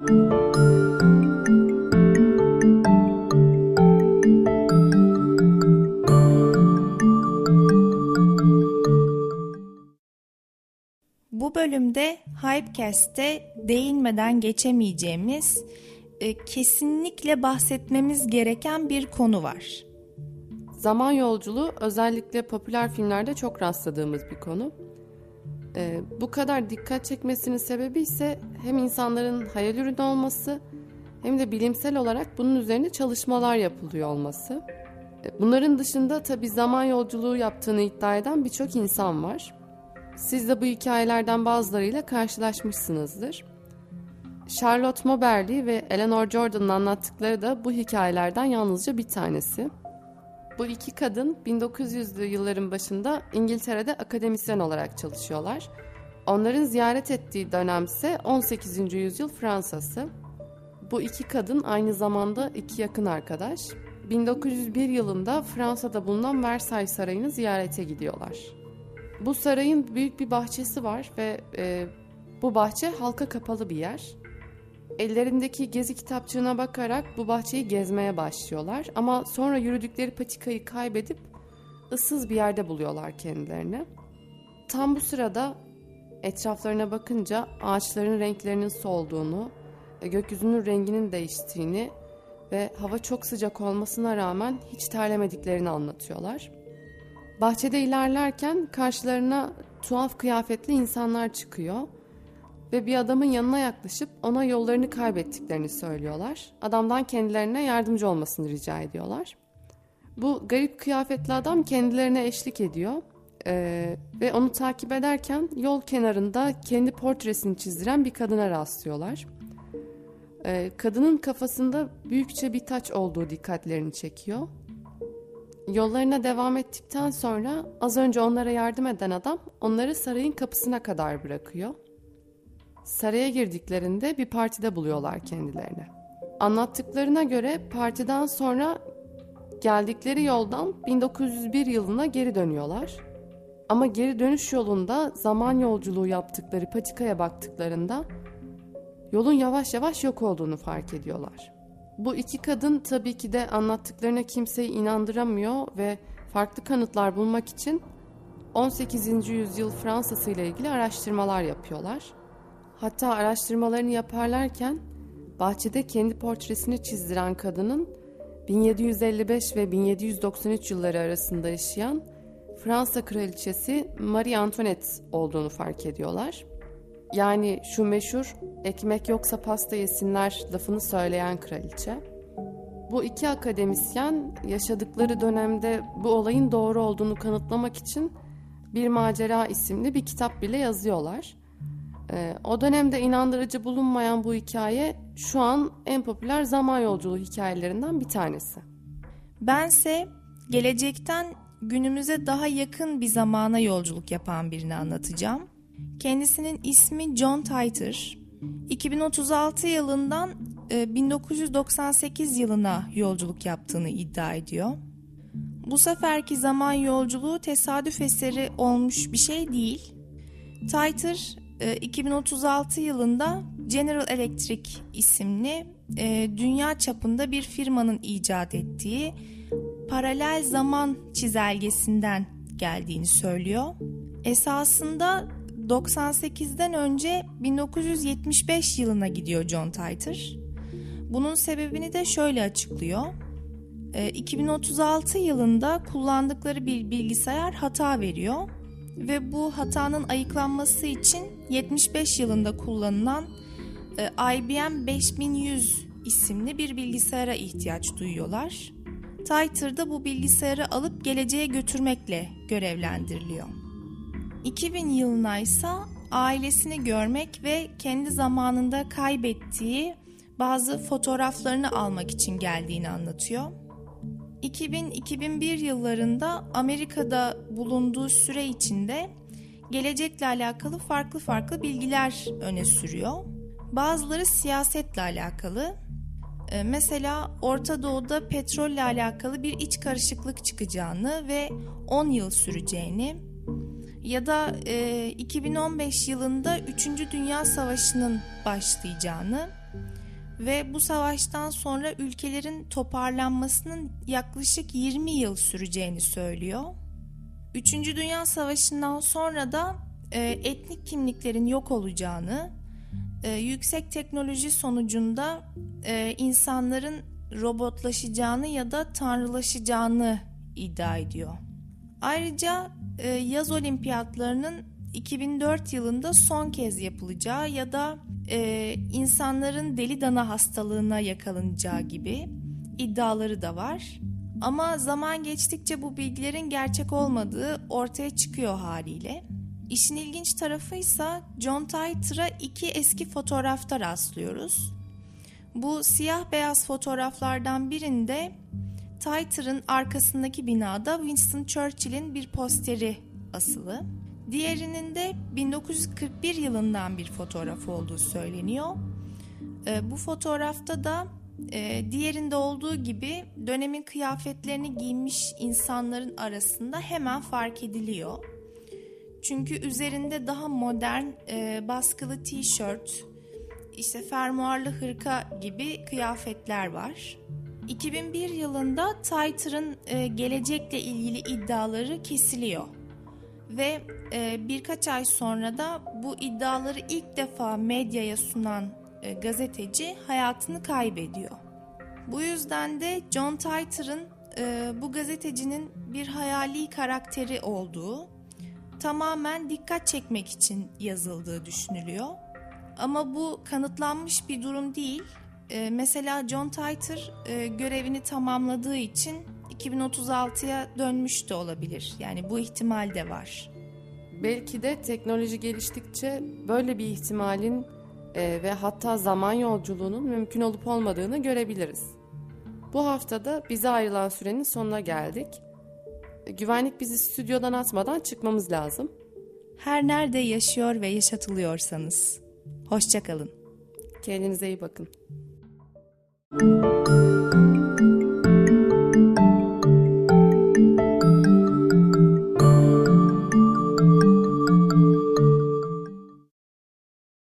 Bu bölümde Hypecast'te değinmeden geçemeyeceğimiz, kesinlikle bahsetmemiz gereken bir konu var. Zaman yolculuğu özellikle popüler filmlerde çok rastladığımız bir konu. Bu kadar dikkat çekmesinin sebebi ise hem insanların hayal ürünü olması hem de bilimsel olarak bunun üzerine çalışmalar yapılıyor olması. Bunların dışında tabii zaman yolculuğu yaptığını iddia eden birçok insan var. Siz de bu hikayelerden bazılarıyla karşılaşmışsınızdır. Charlotte Moberly ve Eleanor Jordan'ın anlattıkları da bu hikayelerden yalnızca bir tanesi. Bu iki kadın 1900'lü yılların başında İngiltere'de akademisyen olarak çalışıyorlar. Onların ziyaret ettiği dönemse 18. yüzyıl Fransa'sı. Bu iki kadın aynı zamanda iki yakın arkadaş. 1901 yılında Fransa'da bulunan Versailles Sarayı'nı ziyarete gidiyorlar. Bu sarayın büyük bir bahçesi var ve bu bahçe halka kapalı bir yer. Ellerindeki gezi kitapçığına bakarak bu bahçeyi gezmeye başlıyorlar. Ama sonra yürüdükleri patikayı kaybedip ıssız bir yerde buluyorlar kendilerini. Tam bu sırada etraflarına bakınca ağaçların renklerinin solduğunu, gökyüzünün renginin değiştiğini ve hava çok sıcak olmasına rağmen hiç terlemediklerini anlatıyorlar. Bahçede ilerlerken karşılarına tuhaf kıyafetli insanlar çıkıyor ve bir adamın yanına yaklaşıp ona yollarını kaybettiklerini söylüyorlar. Adamdan kendilerine yardımcı olmasını rica ediyorlar. Bu garip kıyafetli adam kendilerine eşlik ediyor ve onu takip ederken yol kenarında kendi portresini çizdiren bir kadına rastlıyorlar. Kadının kafasında büyükçe bir taç olduğu dikkatlerini çekiyor. Yollarına devam ettikten sonra az önce onlara yardım eden adam onları sarayın kapısına kadar bırakıyor. Saraya girdiklerinde bir partide buluyorlar kendilerini. Anlattıklarına göre partiden sonra geldikleri yoldan 1901 yılına geri dönüyorlar. Ama geri dönüş yolunda zaman yolculuğu yaptıkları patikaya baktıklarında yolun yavaş yavaş yok olduğunu fark ediyorlar. Bu iki kadın tabii ki de anlattıklarına kimseyi inandıramıyor ve farklı kanıtlar bulmak için 18. yüzyıl Fransa'sı ile ilgili araştırmalar yapıyorlar. Hatta araştırmalarını yaparlarken bahçede kendi portresini çizdiren kadının 1755 ve 1793 yılları arasında yaşayan Fransa kraliçesi Marie Antoinette olduğunu fark ediyorlar. Yani şu meşhur ekmek yoksa pasta yesinler lafını söyleyen kraliçe. Bu iki akademisyen yaşadıkları dönemde bu olayın doğru olduğunu kanıtlamak için Bir Macera isimli bir kitap bile yazıyorlar. O dönemde inandırıcı bulunmayan bu hikaye şu an en popüler zaman yolculuğu hikayelerinden bir tanesi. Bense gelecekten günümüze daha yakın bir zamana yolculuk yapan birini anlatacağım. Kendisinin ismi John Titor. 2036 yılından 1998 yılına yolculuk yaptığını iddia ediyor. Bu seferki zaman yolculuğu tesadüf eseri olmuş bir şey değil. Titor 2036 yılında General Electric isimli dünya çapında bir firmanın icat ettiği paralel zaman çizelgesinden geldiğini söylüyor. Esasında 98'den önce 1975 yılına gidiyor John Titor. Bunun sebebini de şöyle açıklıyor. 2036 yılında kullandıkları bir bilgisayar hata veriyor ve bu hatanın ayıklanması için 75 yılında kullanılan IBM 5100 isimli bir bilgisayara ihtiyaç duyuyorlar. Titor da bu bilgisayarı alıp geleceğe götürmekle görevlendiriliyor. 2000 yılına ise ailesini görmek ve kendi zamanında kaybettiği bazı fotoğraflarını almak için geldiğini anlatıyor. 2000-2001 yıllarında Amerika'da bulunduğu süre içinde gelecekle alakalı farklı bilgiler öne sürüyor. Bazıları siyasetle alakalı. Mesela Orta Doğu'da petrolle alakalı bir iç karışıklık çıkacağını ve 10 yıl süreceğini ya da 2015 yılında 3. Dünya Savaşı'nın başlayacağını Ve bu savaştan sonra ülkelerin toparlanmasının yaklaşık 20 yıl süreceğini söylüyor. Üçüncü Dünya Savaşı'ndan sonra da etnik kimliklerin yok olacağını, yüksek teknoloji sonucunda insanların robotlaşacağını ya da tanrılaşacağını iddia ediyor. Ayrıca yaz olimpiyatlarının 2004 yılında son kez yapılacağı ya da insanların deli dana hastalığına yakalanacağı gibi iddiaları da var. Ama zaman geçtikçe bu bilgilerin gerçek olmadığı ortaya çıkıyor haliyle. İşin ilginç tarafı ise John Titor'a 2 eski fotoğrafta rastlıyoruz. Bu siyah beyaz fotoğraflardan birinde Titor'ın arkasındaki binada Winston Churchill'in bir posteri asılı. Diğerinin de 1941 yılından bir fotoğraf olduğu söyleniyor. Bu fotoğrafta da diğerinde olduğu gibi dönemin kıyafetlerini giymiş insanların arasında hemen fark ediliyor. Çünkü üzerinde daha modern baskılı tişört, işte fermuarlı hırka gibi kıyafetler var. 2001 yılında Titor'ın gelecekle ilgili iddiaları kesiliyor. Ve birkaç ay sonra da bu iddiaları ilk defa medyaya sunan gazeteci hayatını kaybediyor. Bu yüzden de John Titor'ın bu gazetecinin bir hayali karakteri olduğu, tamamen dikkat çekmek için yazıldığı düşünülüyor. Ama bu kanıtlanmış bir durum değil. Mesela John Titor görevini tamamladığı için 2036'ya dönmüş de olabilir. Yani bu ihtimal de var. Belki de teknoloji geliştikçe böyle bir ihtimalin ve hatta zaman yolculuğunun mümkün olup olmadığını görebiliriz. Bu haftada bize ayrılan sürenin sonuna geldik. Güvenlik bizi stüdyodan atmadan çıkmamız lazım. Her nerede yaşıyor ve yaşatılıyorsanız. Hoşça kalın. Kendinize iyi bakın.